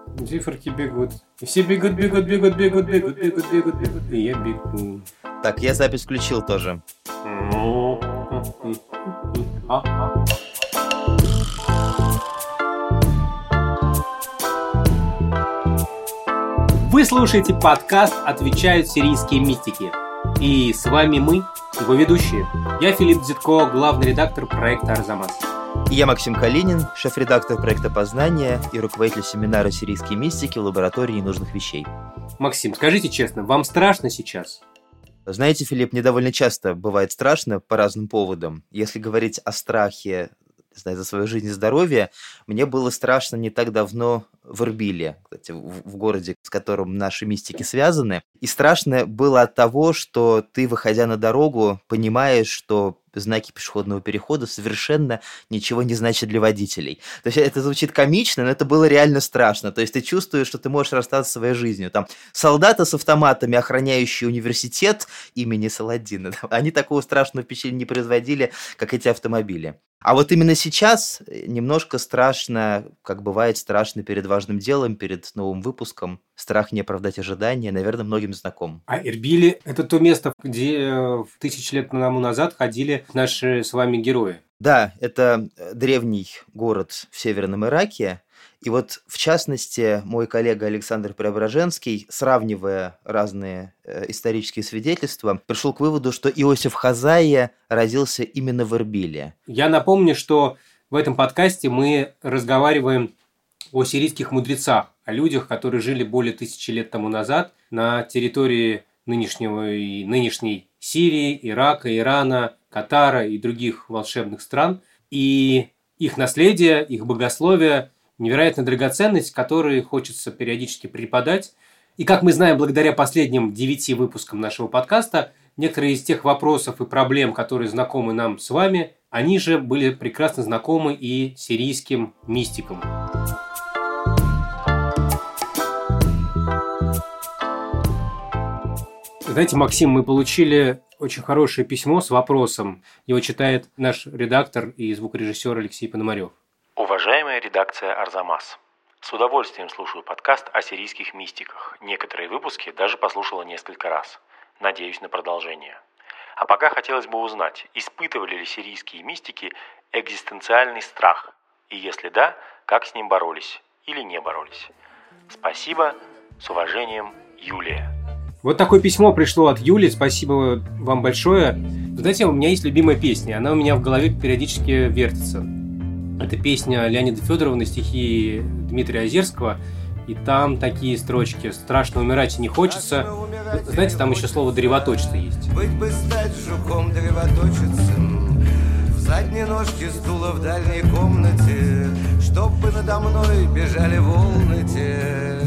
Циферки бегут. И все бегут, бегут, бегут, бегут, бегут, бегут, бегут, бегут. И я бегу. Так, я запись включил тоже. Вы слушаете подкаст «Отвечают сирийские мистики». И с вами мы, его ведущие. Я Филипп Дзитко, главный редактор проекта «Арзамас». И я Максим Калинин, шеф-редактор проекта «Познание» и руководитель семинара «Сирийские мистики» в лаборатории ненужных вещей. Максим, скажите честно, вам страшно сейчас? Знаете, Филипп, мне довольно часто бывает страшно по разным поводам. Если говорить о страхе, не знаю, за свою жизнь и здоровье, мне было страшно не так давно в Эрбиле, кстати, в городе, с которым наши мистики связаны. И страшно было от того, что ты, выходя на дорогу, понимаешь, что знаки пешеходного перехода совершенно ничего не значат для водителей. То есть это звучит комично, но это было реально страшно. То есть ты чувствуешь, что ты можешь расстаться со своей жизнью. Там солдаты с автоматами, охраняющие университет имени Саладина, они такого страшного впечатления не производили, как эти автомобили. А вот именно сейчас немножко страшно, как бывает страшно перед важным делом, перед новым выпуском. Страх не оправдать ожидания, наверное, многим знаком. А Эрбили – это то место, где тысячи лет тому назад ходили наши с вами герои. Да, это древний город в Северном Ираке. И вот, в частности, мой коллега Александр Преображенский, сравнивая разные исторические свидетельства, пришел к выводу, что Иосиф Хазаия родился именно в Эрбиле. Я напомню, что в этом подкасте мы разговариваем о сирийских мудрецах, о людях, которые жили более 1000 лет тому назад на территории нынешней Сирии, Ирака, Ирана, Катара и других волшебных стран. И их наследие, их богословие – невероятная драгоценность, которую хочется периодически преподать. И, как мы знаем, благодаря последним 9 выпускам нашего подкаста, некоторые из тех вопросов и проблем, которые знакомы нам с вами, они же были прекрасно знакомы и сирийским мистикам. Знаете, Максим, мы получили очень хорошее письмо с вопросом. Его читает наш редактор и звукорежиссер Алексей Пономарев. Уважаемая редакция «Арзамас», с удовольствием слушаю подкаст о сирийских мистиках. Некоторые выпуски даже послушала несколько раз. Надеюсь на продолжение. А пока хотелось бы узнать, испытывали ли сирийские мистики экзистенциальный страх? И если да, как с ним боролись или не боролись? Спасибо. С уважением, Юлия. Вот такое письмо пришло от Юли. Спасибо вам большое. Вы знаете, у меня есть любимая песня. Она у меня в голове периодически вертится. Это песня Леонида Федорова на стихи Дмитрия Озерского. И там такие строчки: «Страшно умирать не хочется». Знаете, там еще слово «древоточца» есть. Быть бы стать жуком древоточицем, в задней ножке стула в дальней комнате, чтоб бы надо мной бежали волны те.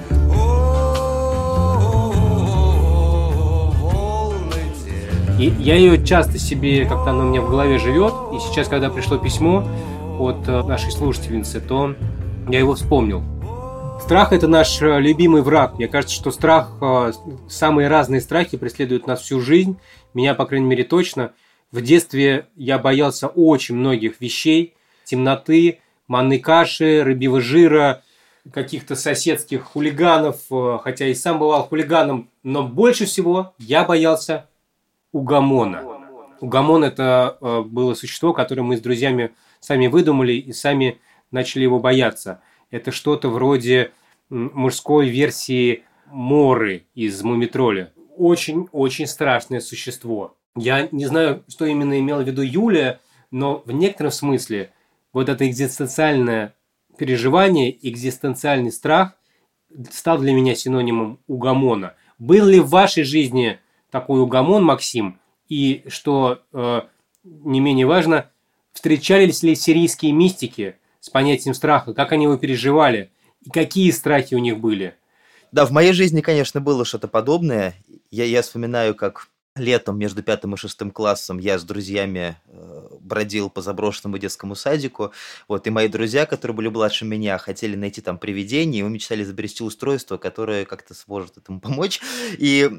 И я ее часто себе, как-то она у меня в голове живет. И сейчас, когда пришло письмо от нашей слушательницы, то я его вспомнил. Страх – это наш любимый враг. Мне кажется, что страх, самые разные страхи преследуют нас всю жизнь. Меня, по крайней мере, точно. В детстве я боялся очень многих вещей. Темноты, манной каши, рыбьего жира, каких-то соседских хулиганов. Хотя и сам бывал хулиганом. Но больше всего я боялся угамона. Угамон – это было существо, которое мы с друзьями сами выдумали и сами начали его бояться. Это что-то вроде мужской версии Моры из «Мумитроля». Очень-очень страшное существо. Я не знаю, что именно имела в виду Юлия, но в некотором смысле вот это экзистенциальное переживание, экзистенциальный страх стал для меня синонимом угамона. Был ли в вашей жизни такой угамон, Максим? И, что не менее важно, встречались ли сирийские мистики с понятием страха? Как они его переживали? И какие страхи у них были? Да, в моей жизни, конечно, было что-то подобное. Я вспоминаю, как летом между 5 и 6 классом я с друзьями бродил по заброшенному детскому садику. Вот, и мои друзья, которые были младше меня, хотели найти там привидение, и мы мечтали изобрести устройство, которое как-то сможет этому помочь. И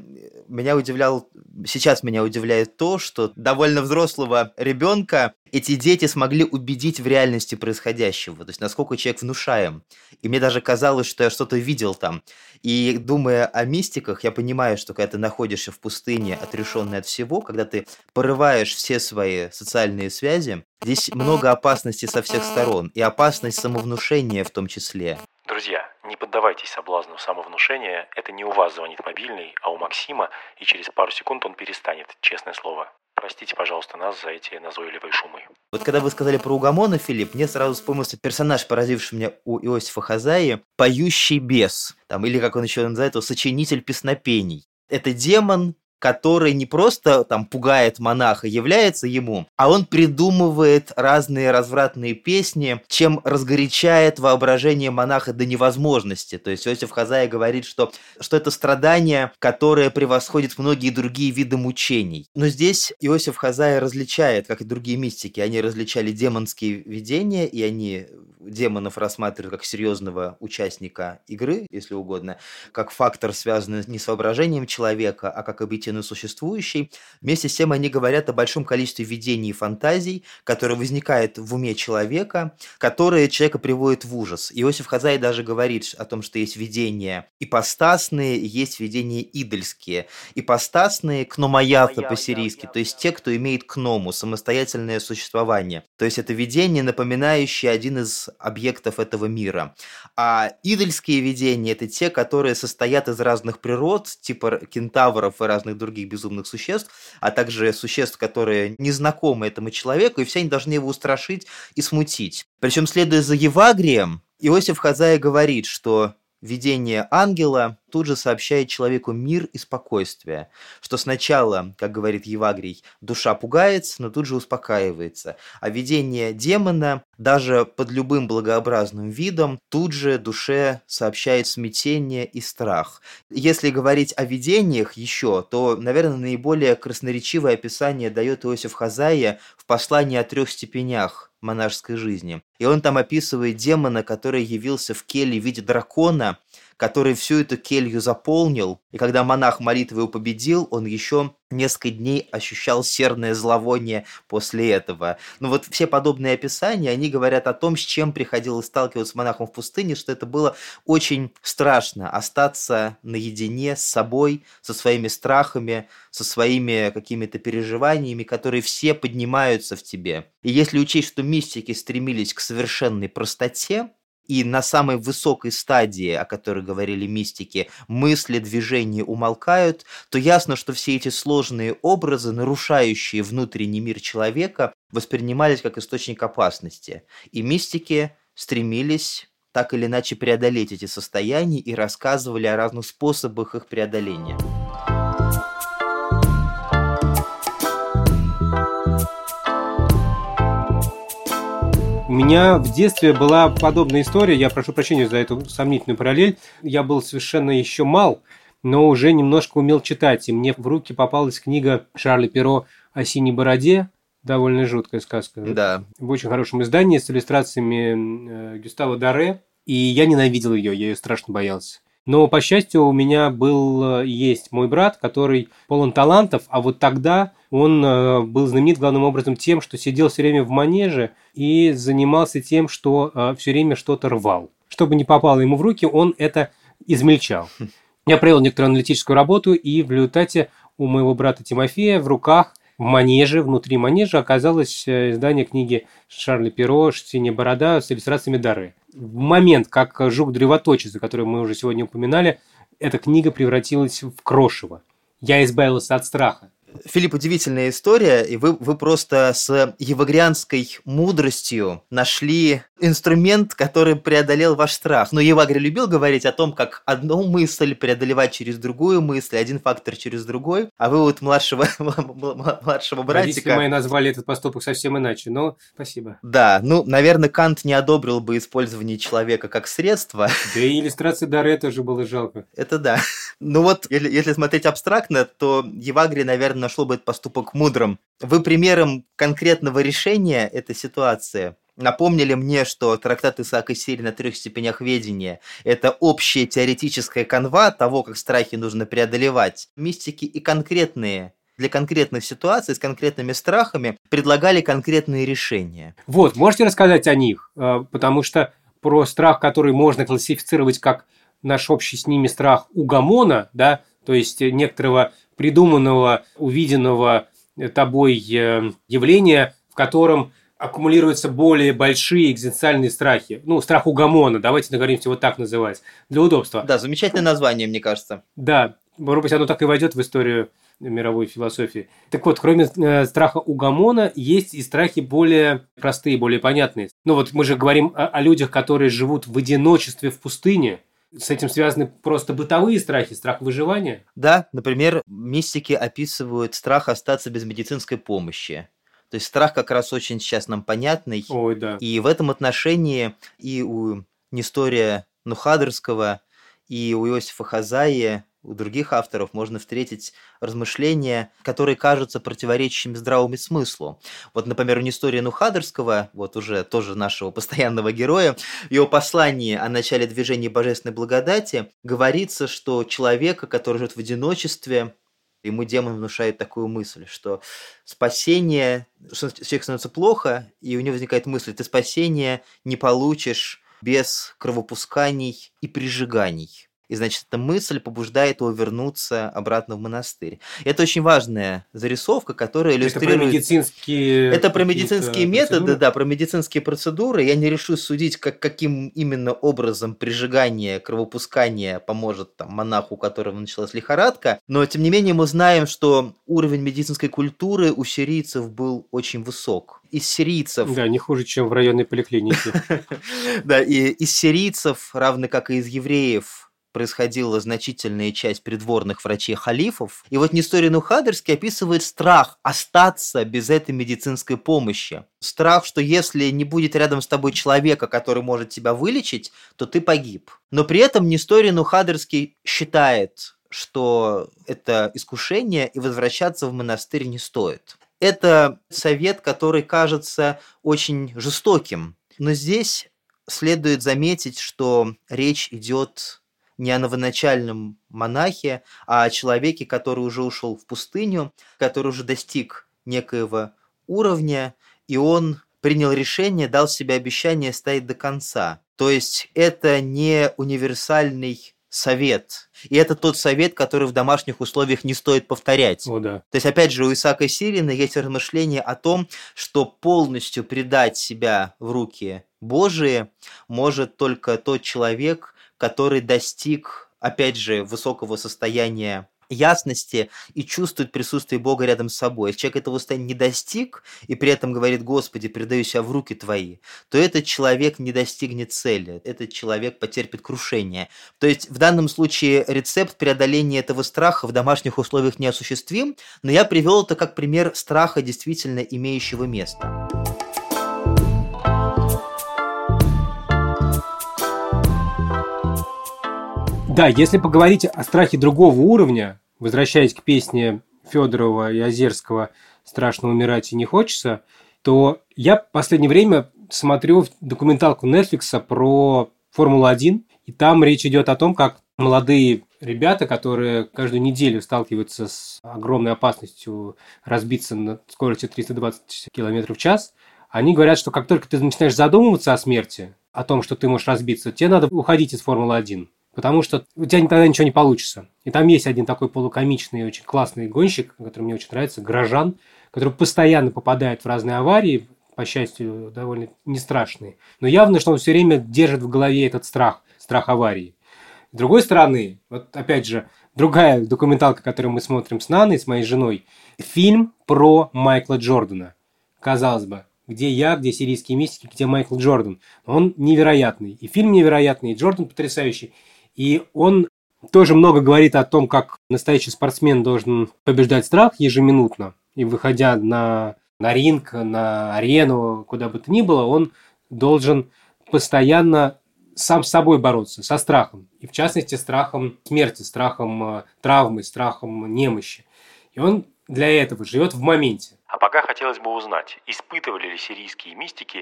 сейчас меня удивляет то, что довольно взрослого ребенка эти дети смогли убедить в реальности происходящего, то есть насколько человек внушаем. И мне даже казалось, что я что-то видел там. И думая о мистиках, я понимаю, что когда ты находишься в пустыне, отрешенный от всего, когда ты порываешь все свои социальные связи, здесь много опасностей со всех сторон, и опасность самовнушения в том числе. Друзья, не поддавайтесь соблазну самовнушения, это не у вас звонит мобильный, а у Максима, и через пару секунд он перестанет, честное слово. Простите, пожалуйста, нас за эти назойливые шумы. Вот когда вы сказали про Угамона, Филипп, мне сразу вспомнился персонаж, поразивший меня у Иосифа Хазаи, поющий бес, или как он еще называет его, сочинитель песнопений. Это демон, который не просто пугает монаха, является ему, а он придумывает разные развратные песни, чем разгорячает воображение монаха до невозможности. То есть Иосиф Хазаи говорит, что это страдание, которое превосходит многие другие виды мучений. Но здесь Иосиф Хазаи различает, как и другие мистики, они различали демонские видения, и они демонов рассматривают как серьезного участника игры, если угодно, как фактор, связанный не с воображением человека, а как объективно существующий. Вместе с тем они говорят о большом количестве видений и фантазий, которые возникают в уме человека, которые человека приводят в ужас. Иосиф Хазаи даже говорит о том, что есть видения ипостасные, есть видения идольские. Ипостасные – кномаята по-сирийски, то есть те, кто имеет кному, самостоятельное существование. То есть это видение, напоминающее один из объектов этого мира. А идольские видения – это те, которые состоят из разных природ, типа кентавров и разных других безумных существ, а также существ, которые незнакомы этому человеку, и все они должны его устрашить и смутить. Причем, следуя за Евагрием, Иосиф Хазаи говорит, что видение ангела тут же сообщает человеку мир и спокойствие, что сначала, как говорит Евагрий, душа пугается, но тут же успокаивается, а видение демона даже под любым благообразным видом тут же душе сообщает смятение и страх. Если говорить о видениях еще, то, наверное, наиболее красноречивое описание дает Иосиф Хазаи в послании о 3 степенях монашеской жизни. И он там описывает демона, который явился в келье в виде дракона, который всю эту келью заполнил, и когда монах молитвой его победил, он еще несколько дней ощущал серное зловоние после этого. Все подобные описания, они говорят о том, с чем приходилось сталкиваться монахом в пустыне, что это было очень страшно, остаться наедине с собой, со своими страхами, со своими какими-то переживаниями, которые все поднимаются в тебе. И если учесть, что мистики стремились к совершенной простоте, и на самой высокой стадии, о которой говорили мистики, мысли, движения умолкают, то ясно, что все эти сложные образы, нарушающие внутренний мир человека, воспринимались как источник опасности. И мистики стремились так или иначе преодолеть эти состояния и рассказывали о разных способах их преодоления. У меня в детстве была подобная история, я прошу прощения за эту сомнительную параллель. Я был совершенно еще мал, но уже немножко умел читать, и мне в руки попалась книга Шарля Перро о синей бороде, довольно жуткая сказка. Да. В очень хорошем издании с иллюстрациями Гюстава Доре, и я ненавидел ее, я ее страшно боялся. Но, по счастью, у меня есть мой брат, который полон талантов, а вот тогда он был знаменит главным образом тем, что сидел все время в манеже и занимался тем, что все время что-то рвал. Чтобы не попало ему в руки, он это измельчал. Я провел некоторую аналитическую работу, и в результате у моего брата Тимофея в руках в манеже, внутри манежа оказалось издание книги Шарля Перро «Синяя борода» с иллюстрациями Доре. В момент, как жук-древоточица, который мы уже сегодня упоминали, эта книга превратилась в крошево. Я избавился от страха. Филипп, удивительная история, и вы просто с евагрианской мудростью нашли инструмент, который преодолел ваш страх. Но Евагрий любил говорить о том, как одну мысль преодолевать через другую мысль, один фактор через другой, а вы младшего братика... Родители мои назвали этот поступок совсем иначе, но спасибо. Да, наверное, Кант не одобрил бы использование человека как средство. Да и иллюстрации Доре тоже было жалко. Это да. Если смотреть абстрактно, то Евагрий, наверное, нашло бы этот поступок мудрым. Вы примером конкретного решения этой ситуации напомнили мне, что трактат Исаака Сирина о 3 степенях ведения – это общая теоретическая канва того, как страхи нужно преодолевать. Мистики и конкретные, для конкретных ситуаций с конкретными страхами предлагали конкретные решения. Вот, можете рассказать о них? Потому что про страх, который можно классифицировать как наш общий с ними страх угомона, да, то есть некоторого придуманного, увиденного тобой явления, в котором аккумулируются более большие экзистенциальные страхи. Ну, страх угомона, давайте договоримся вот так называть, для удобства. Да, замечательное название, мне кажется. Да, может быть, оно так и войдет в историю мировой философии. Так вот, кроме страха угомона, есть и страхи более простые, более понятные. Ну вот мы же говорим о людях, которые живут в одиночестве в пустыне. С этим связаны просто бытовые страхи, страх выживания. Да, например, мистики описывают страх остаться без медицинской помощи. То есть страх как раз очень сейчас нам понятный. Ой, да. И в этом отношении и у Нестория Нухадерского, и у Иосифа Хазаи, у других авторов можно встретить размышления, которые кажутся противоречащими здравому смыслу. Вот, например, у Нестория Нухадерского, вот уже тоже нашего постоянного героя, в его послании о начале движения божественной благодати говорится, что человека, который живет в одиночестве, ему демон внушает такую мысль, что спасение, что человек становится плохо, и у него возникает мысль, ты спасение не получишь без кровопусканий и прижиганий. И, значит, эта мысль побуждает его вернуться обратно в монастырь. И это очень важная зарисовка, которая иллюстрирует... Это про медицинские методы, процедуры? Да, про медицинские процедуры. Я не решусь судить, каким именно образом прижигание, кровопускание поможет там, монаху, у которого началась лихорадка. Но, тем не менее, мы знаем, что уровень медицинской культуры у сирийцев был очень высок. Из сирийцев... Да, не хуже, чем в районной поликлинике. Да, и из сирийцев, равно как и из евреев, происходила значительная часть придворных врачей-халифов. И вот Несторий Нухадерский описывает страх остаться без этой медицинской помощи. Страх, что если не будет рядом с тобой человека, который может тебя вылечить, то ты погиб. Но при этом Несторий Нухадерский считает, что это искушение, и возвращаться в монастырь не стоит. Это совет, который кажется очень жестоким. Но здесь следует заметить, что речь идет не о новоначальном монахе, а о человеке, который уже ушел в пустыню, который уже достиг некоего уровня, и он принял решение, дал себе обещание стоять до конца. То есть это не универсальный совет. И это тот совет, который в домашних условиях не стоит повторять. О, да. То есть, опять же, у Исаака Сирина есть размышление о том, что полностью предать себя в руки Божии может только тот человек, который достиг, опять же, высокого состояния ясности и чувствует присутствие Бога рядом с собой. Если человек этого состояния не достиг и при этом говорит: «Господи, предаю себя в руки Твои», то этот человек не достигнет цели, этот человек потерпит крушение. То есть в данном случае рецепт преодоления этого страха в домашних условиях неосуществим, но я привел это как пример страха, действительно имеющего место. Да, если поговорить о страхе другого уровня, возвращаясь к песне Федорова и Озерского «Страшно умирать и не хочется», то я в последнее время смотрю документалку Netflix про Формулу-1, и там речь идет о том, как молодые ребята, которые каждую неделю сталкиваются с огромной опасностью разбиться на скорости 320 км в час, они говорят, что как только ты начинаешь задумываться о смерти, о том, что ты можешь разбиться, тебе надо уходить из Формулы-1. Потому что у тебя тогда ничего не получится. И там есть один такой полукомичный, очень классный гонщик, который мне очень нравится, Грожан, который постоянно попадает в разные аварии, по счастью, довольно не страшные. Но явно, что он все время держит в голове этот страх аварии. С другой стороны, вот опять же, другая документалка, которую мы смотрим с Наной, с моей женой, фильм про Майкла Джордана. Казалось бы, где я, где сирийские мистики, где Майкл Джордан. Он невероятный. И фильм невероятный, и Джордан потрясающий. И он тоже много говорит о том, как настоящий спортсмен должен побеждать страх ежеминутно. И выходя на ринг, на арену, куда бы то ни было, он должен постоянно сам с собой бороться, со страхом. И в частности, страхом смерти, страхом травмы, страхом немощи. И он для этого живет в моменте. А пока хотелось бы узнать, испытывали ли сирийские мистики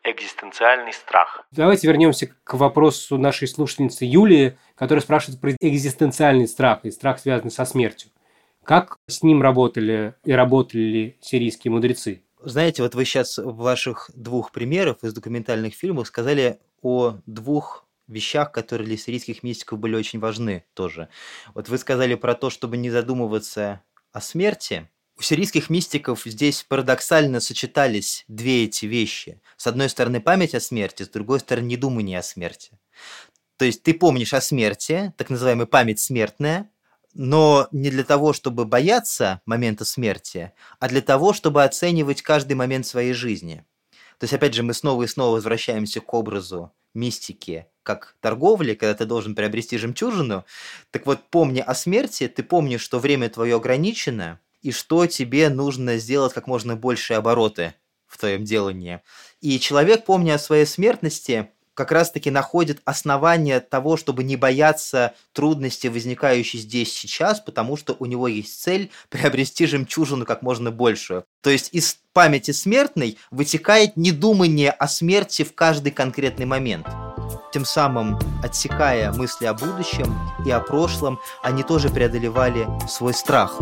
Экзистенциальный страх. Давайте вернемся к вопросу нашей слушательницы Юлии, которая спрашивает про экзистенциальный страх и страх, связанный со смертью. Как с ним работали и работали ли сирийские мудрецы? Знаете, вот вы сейчас в ваших 2 примерах из документальных фильмов сказали о 2 вещах, которые для сирийских мистиков были очень важны тоже. Вот вы сказали про то, чтобы не задумываться о смерти. У сирийских мистиков здесь парадоксально сочетались 2 эти вещи. С одной стороны, память о смерти, с другой стороны, недумание о смерти. То есть ты помнишь о смерти, так называемая память смертная, но не для того, чтобы бояться момента смерти, а для того, чтобы оценивать каждый момент своей жизни. То есть, опять же, мы снова и снова возвращаемся к образу мистики как торговли, когда ты должен приобрести жемчужину. Так вот, помни о смерти, ты помнишь, что время твое ограничено, и что тебе нужно сделать как можно большие обороты в твоем делании. И человек, помня о своей смертности, как раз-таки находит основание того, чтобы не бояться трудностей, возникающих здесь сейчас, потому что у него есть цель приобрести жемчужину как можно большую. То есть из памяти смертной вытекает недумание о смерти в каждый конкретный момент. Тем самым, отсекая мысли о будущем и о прошлом, они тоже преодолевали свой страх.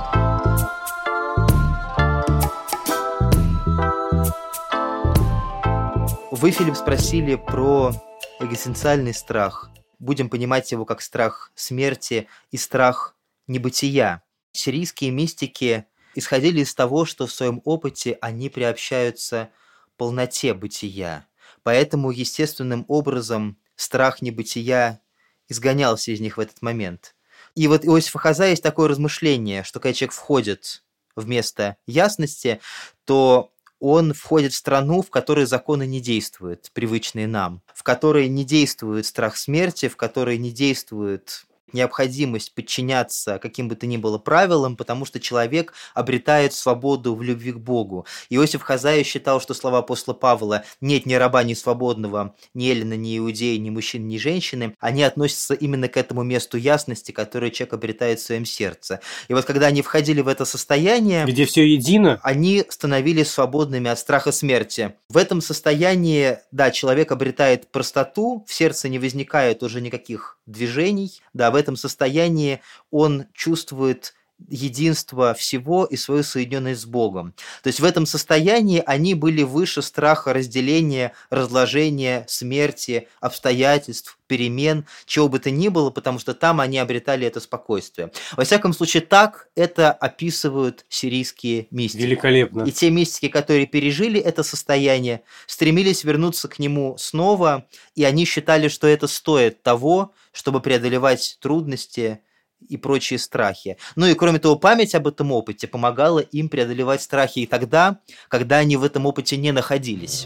Вы, Филипп, спросили про экзистенциальный страх. Будем понимать его как страх смерти и страх небытия. Сирийские мистики исходили из того, что в своем опыте они приобщаются к полноте бытия. Поэтому естественным образом страх небытия изгонялся из них в этот момент. И вот у Иосифа Хаза есть такое размышление, что когда человек входит в место ясности, то он входит в страну, в которой законы не действуют, привычные нам, в которой не действует страх смерти, в которой не действует необходимость подчиняться каким бы то ни было правилам, потому что человек обретает свободу в любви к Богу. Иосиф Хаззаия считал, что слова апостола Павла «нет ни раба, ни свободного, ни эллина, ни иудея, ни мужчины, ни женщины», они относятся именно к этому месту ясности, которое человек обретает в своем сердце. И вот когда они входили в это состояние, где все едино, они становились свободными от страха смерти. В этом состоянии, да, человек обретает простоту, в сердце не возникает уже никаких движений, да, в этом состоянии он чувствует единство всего и свою соединенность с Богом. То есть в этом состоянии они были выше страха разделения, разложения, смерти, обстоятельств, перемен, чего бы то ни было, потому что там они обретали это спокойствие. Во всяком случае, так это описывают сирийские мистики. Великолепно. И те мистики, которые пережили это состояние, стремились вернуться к нему снова, и они считали, что это стоит того, чтобы преодолевать трудности и прочие страхи. Ну и кроме того, память об этом опыте помогала им преодолевать страхи и тогда, когда они в этом опыте не находились.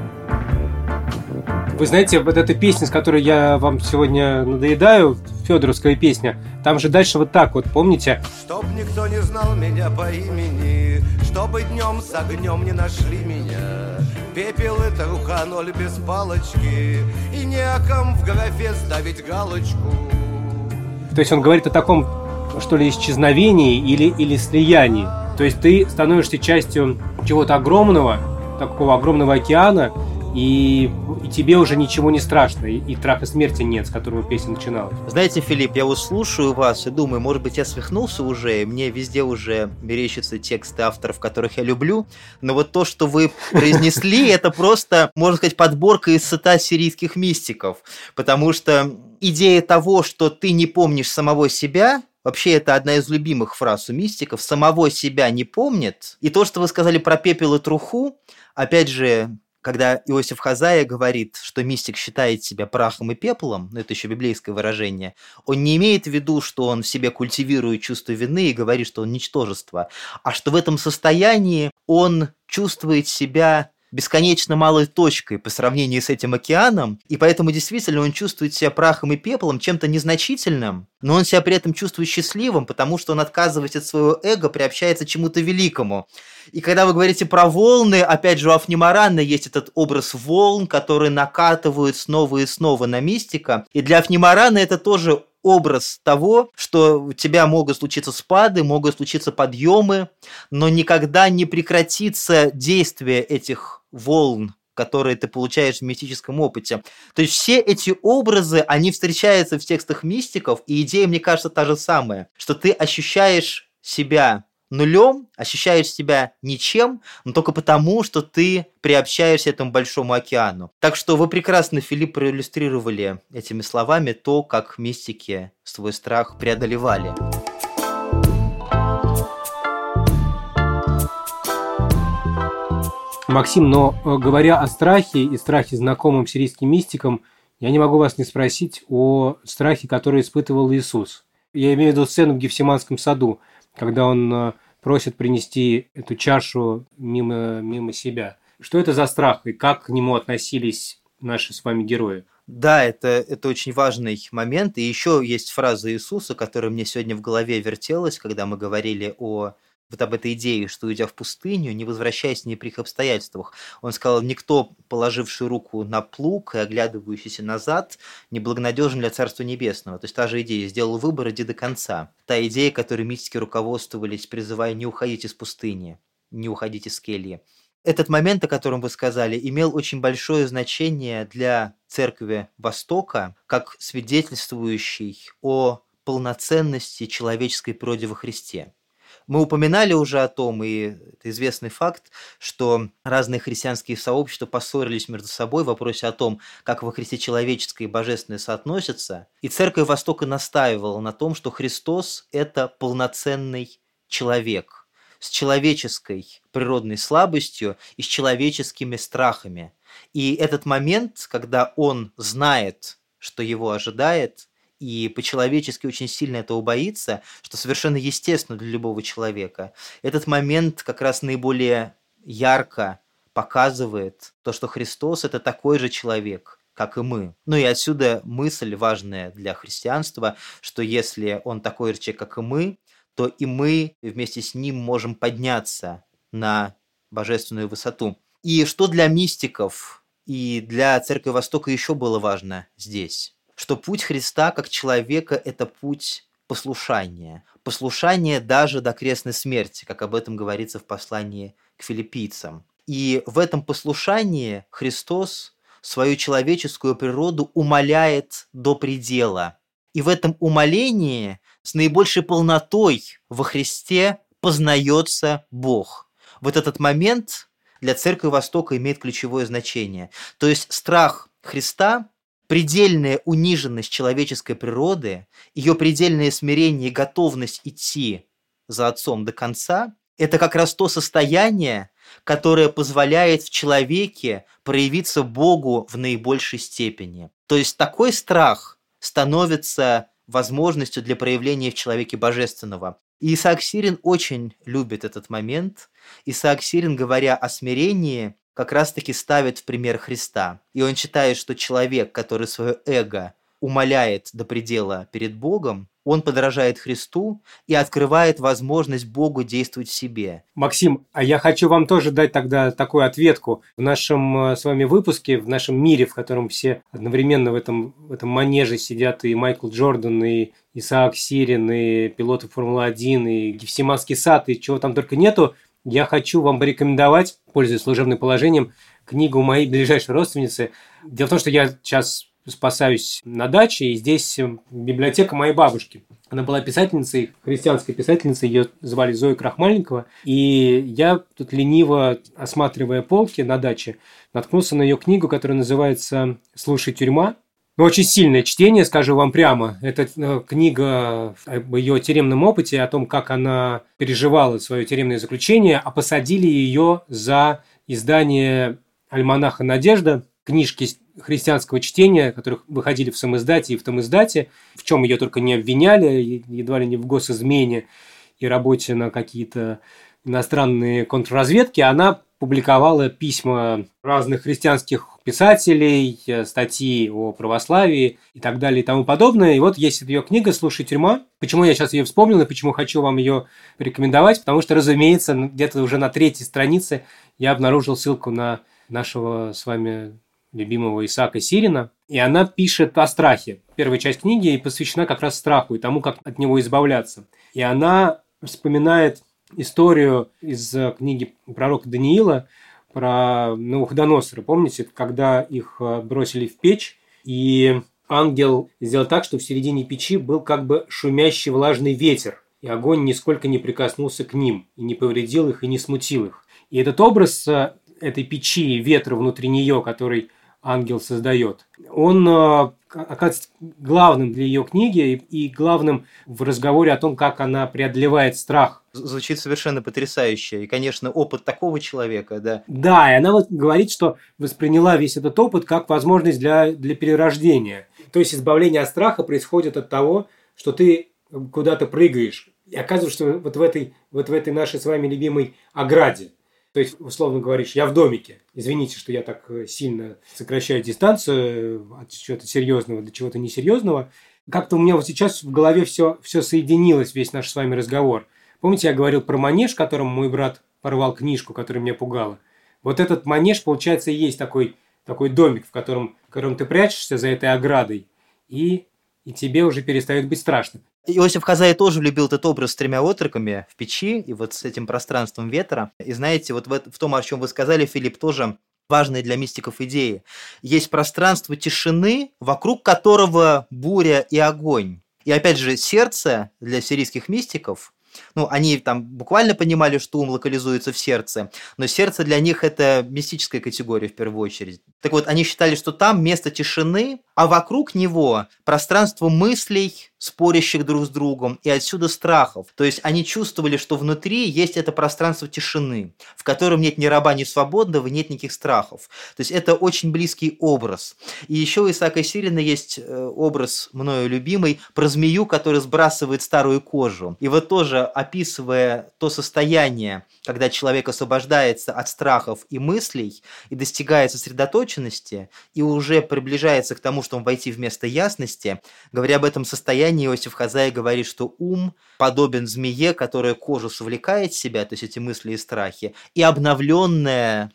Вы знаете, вот эта песня, с которой я вам сегодня надоедаю, фёдоровская песня, там же дальше вот так вот, помните? Чтоб никто не знал меня по имени, чтобы днем с огнем не нашли меня. Пепел — это рука, ноль без палочки, и не о ком в графе ставить галочку. То есть он говорит о таком, что ли, исчезновении или слиянии. То есть ты становишься частью чего-то огромного, такого огромного океана, и тебе уже ничего не страшно, и страха смерти нет, с которого песня начиналась. Знаете, Филипп, я вот слушаю вас и думаю, может быть, я свихнулся уже, и мне везде уже мерещатся тексты авторов, которых я люблю, но вот то, что вы произнесли, это просто, можно сказать, подборка из цитат сирийских мистиков, потому что идея того, что ты не помнишь самого себя, вообще это одна из любимых фраз у мистиков, самого себя не помнит, и то, что вы сказали про пепел и труху, опять же, когда Иосиф Хаззаия говорит, что мистик считает себя прахом и пеплом, это еще библейское выражение, он не имеет в виду, что он в себе культивирует чувство вины и говорит, что он ничтожество, а что в этом состоянии он чувствует себя бесконечно малой точкой по сравнению с этим океаном, и поэтому действительно он чувствует себя прахом и пеплом, чем-то незначительным, но он себя при этом чувствует счастливым, потому что он, отказываясь от своего эго, приобщается к чему-то великому. И когда вы говорите про волны, опять же, у Афнимарана есть этот образ волн, которые накатывают снова и снова на мистика, и для Афнимарана это тоже образ того, что у тебя могут случиться спады, могут случиться подъемы, но никогда не прекратится действие этих волн которые ты получаешь в мистическом опыте. То есть все эти образы, они встречаются в текстах мистиков, и идея, мне кажется, та же самая, что ты ощущаешь себя нулем, ощущаешь себя ничем, но только потому, что ты приобщаешься этому большому океану. Так что вы прекрасно, Филипп, проиллюстрировали этими словами то, как мистики свой страх преодолевали. Максим, но говоря о страхе и страхе, знакомым сирийским мистикам, я не могу вас не спросить о страхе, который испытывал Иисус. Я имею в виду сцену в Гефсиманском саду, когда он просит принести эту чашу мимо себя. Что это за страх и как к нему относились наши с вами герои? Да, это очень важный момент. И еще есть фраза Иисуса, которая мне сегодня в голове вертелась, когда мы говорили об этой идее, что, уйдя в пустыню, не возвращаясь ни при каких обстоятельствах. Он сказал: «Никто, положивший руку на плуг и оглядывающийся назад, не благонадежен для Царства Небесного». То есть та же идея: сделал выбор, иди до конца. Та идея, которой мистики руководствовались, призывая не уходить из пустыни, не уходить из кельи. Этот момент, о котором вы сказали, имел очень большое значение для Церкви Востока, как свидетельствующий о полноценности человеческой природы во Христе. Мы упоминали уже о том, и это известный факт, что разные христианские сообщества поссорились между собой в вопросе о том, как во Христе человеческое и божественное соотносятся. И Церковь Востока настаивала на том, что Христос – это полноценный человек с человеческой природной слабостью и с человеческими страхами. И этот момент, когда он знает, что его ожидает, и по-человечески очень сильно этого боится, что совершенно естественно для любого человека. Этот момент как раз наиболее ярко показывает то, что Христос – это такой же человек, как и мы. Ну и отсюда мысль важная для христианства, что если он такой же человек, как и мы, то и мы вместе с ним можем подняться на божественную высоту. И что для мистиков и для Церкви Востока еще было важно здесь? Что путь Христа как человека – это путь послушания. Послушание даже до крестной смерти, как об этом говорится в послании к филиппийцам. И в этом послушании Христос свою человеческую природу умаляет до предела. И в этом умалении с наибольшей полнотой во Христе познается Бог. Вот этот момент для Церкви Востока имеет ключевое значение. То есть страх Христа, предельная униженность человеческой природы, ее предельное смирение и готовность идти за Отцом до конца – это как раз то состояние, которое позволяет в человеке проявиться Богу в наибольшей степени. То есть такой страх становится возможностью для проявления в человеке божественного. И Исаак Сирин очень любит этот момент. Исаак Сирин, говоря о смирении, как раз-таки ставит в пример Христа. И он считает, что человек, который свое эго умаляет до предела перед Богом, он подражает Христу и открывает возможность Богу действовать в себе. Максим, а я хочу вам тоже дать тогда такую ответку. В нашем с вами выпуске, в нашем мире, в котором все одновременно в этом манеже сидят и Майкл Джордан, и Исаак Сирин, и пилоты Формулы-1, и Гефсиманский сад, и чего там только нету, я хочу вам порекомендовать, пользуясь служебным положением, книгу моей ближайшей родственницы. Дело в том, что я сейчас спасаюсь на даче, и здесь библиотека моей бабушки. Она была писательницей, христианской писательницей, ее звали Зоя Крахмальникова. И я тут лениво, осматривая полки на даче, наткнулся на ее книгу, которая называется «Слушай, тюрьма». Очень сильное чтение, скажу вам прямо. Это книга об ее тюремном опыте, о том, как она переживала свое тюремное заключение, а посадили ее за издание «Альманаха Надежда», книжки христианского чтения, которых выходили в самиздате и в томиздате, в чем ее только не обвиняли, едва ли не в госизмене и работе на какие-то иностранные контрразведки. Она публиковала письма разных христианских писателей, статьи о православии и так далее и тому подобное. И вот есть ее книга «Слушай, тюрьма». Почему я сейчас ее вспомнил и почему хочу вам ее порекомендовать? Потому что, разумеется, где-то уже на 3-й странице я обнаружил ссылку на нашего с вами любимого Исаака Сирина. И она пишет о страхе. Первая часть книги посвящена как раз страху и тому, как от него избавляться. И она вспоминает историю из книги пророка Даниила про Навуходоносора. Помните, когда их бросили в печь, и ангел сделал так, что в середине печи был как бы шумящий влажный ветер, и огонь нисколько не прикоснулся к ним, и не повредил их, и не смутил их. И этот образ этой печи, ветра внутри нее, который ангел создает, он оказывается главным для ее книги и главным в разговоре о том, как она преодолевает страх. Звучит совершенно потрясающе. И, конечно, опыт такого человека, да. Да, и она вот говорит, что восприняла весь этот опыт как возможность для перерождения. То есть избавление от страха происходит от того, что ты куда-то прыгаешь. И оказывается, что вот в этой нашей с вами любимой ограде. То есть, условно говоришь, я в домике. Извините, что я так сильно сокращаю дистанцию от чего-то серьезного до чего-то несерьезного. Как-то у меня вот сейчас в голове все соединилось, весь наш с вами разговор. Помните, я говорил про манеж, которым мой брат порвал книжку, которая меня пугала? Вот этот манеж, получается, и есть такой домик, в котором ты прячешься за этой оградой, и тебе уже перестает быть страшно. Иосиф Хаззай тоже любил этот образ с 3 отроками в печи и вот с этим пространством ветра. И знаете, вот в том, о чем вы сказали, Филипп, тоже важные для мистиков идеи. Есть пространство тишины, вокруг которого буря и огонь. И опять же, сердце для сирийских мистиков, они там буквально понимали, что ум локализуется в сердце, но сердце для них это мистическая категория в первую очередь. Так вот, они считали, что там место тишины, а вокруг него пространство мыслей, спорящих друг с другом, и отсюда страхов. То есть они чувствовали, что внутри есть это пространство тишины, в котором нет ни раба, ни свободного, нет никаких страхов. То есть это очень близкий образ. И еще у Исаака Сирина есть образ, мною любимый, про змею, которая сбрасывает старую кожу. И вот тоже, описывая то состояние, когда человек освобождается от страхов и мыслей и достигает сосредоточенности, и уже приближается к тому, чтобы войти в место ясности, говоря об этом состоянии, Иосиф Хаззай говорит, что ум подобен змее, которая кожу совлекает в себя, то есть эти мысли и страхи, и обновленная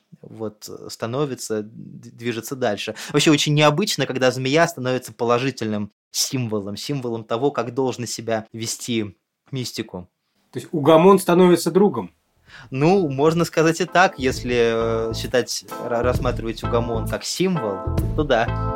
становится, движется дальше. Вообще очень необычно, когда змея становится положительным символом того, как должен себя вести мистику. То есть угомон становится другом. Можно сказать и так, если рассматривать угомон как символ, то да.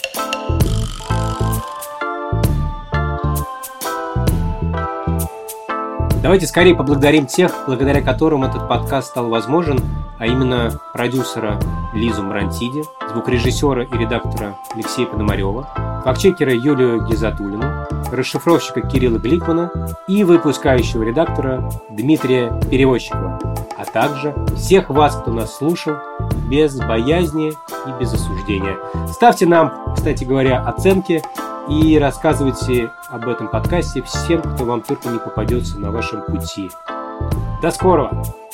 Давайте скорее поблагодарим тех, благодаря которым этот подкаст стал возможен, а именно продюсера Лизу Мрантиди, звукорежиссера и редактора Алексея Пономарева, фактчекера Юлию Гизатуллину, расшифровщика Кирилла Гликмана и выпускающего редактора Дмитрия Перевозчикова, а также всех вас, кто нас слушал, без боязни и без осуждения. Ставьте нам, кстати говоря, оценки и рассказывайте об этом подкасте всем, кто вам только не попадется на вашем пути. До скорого!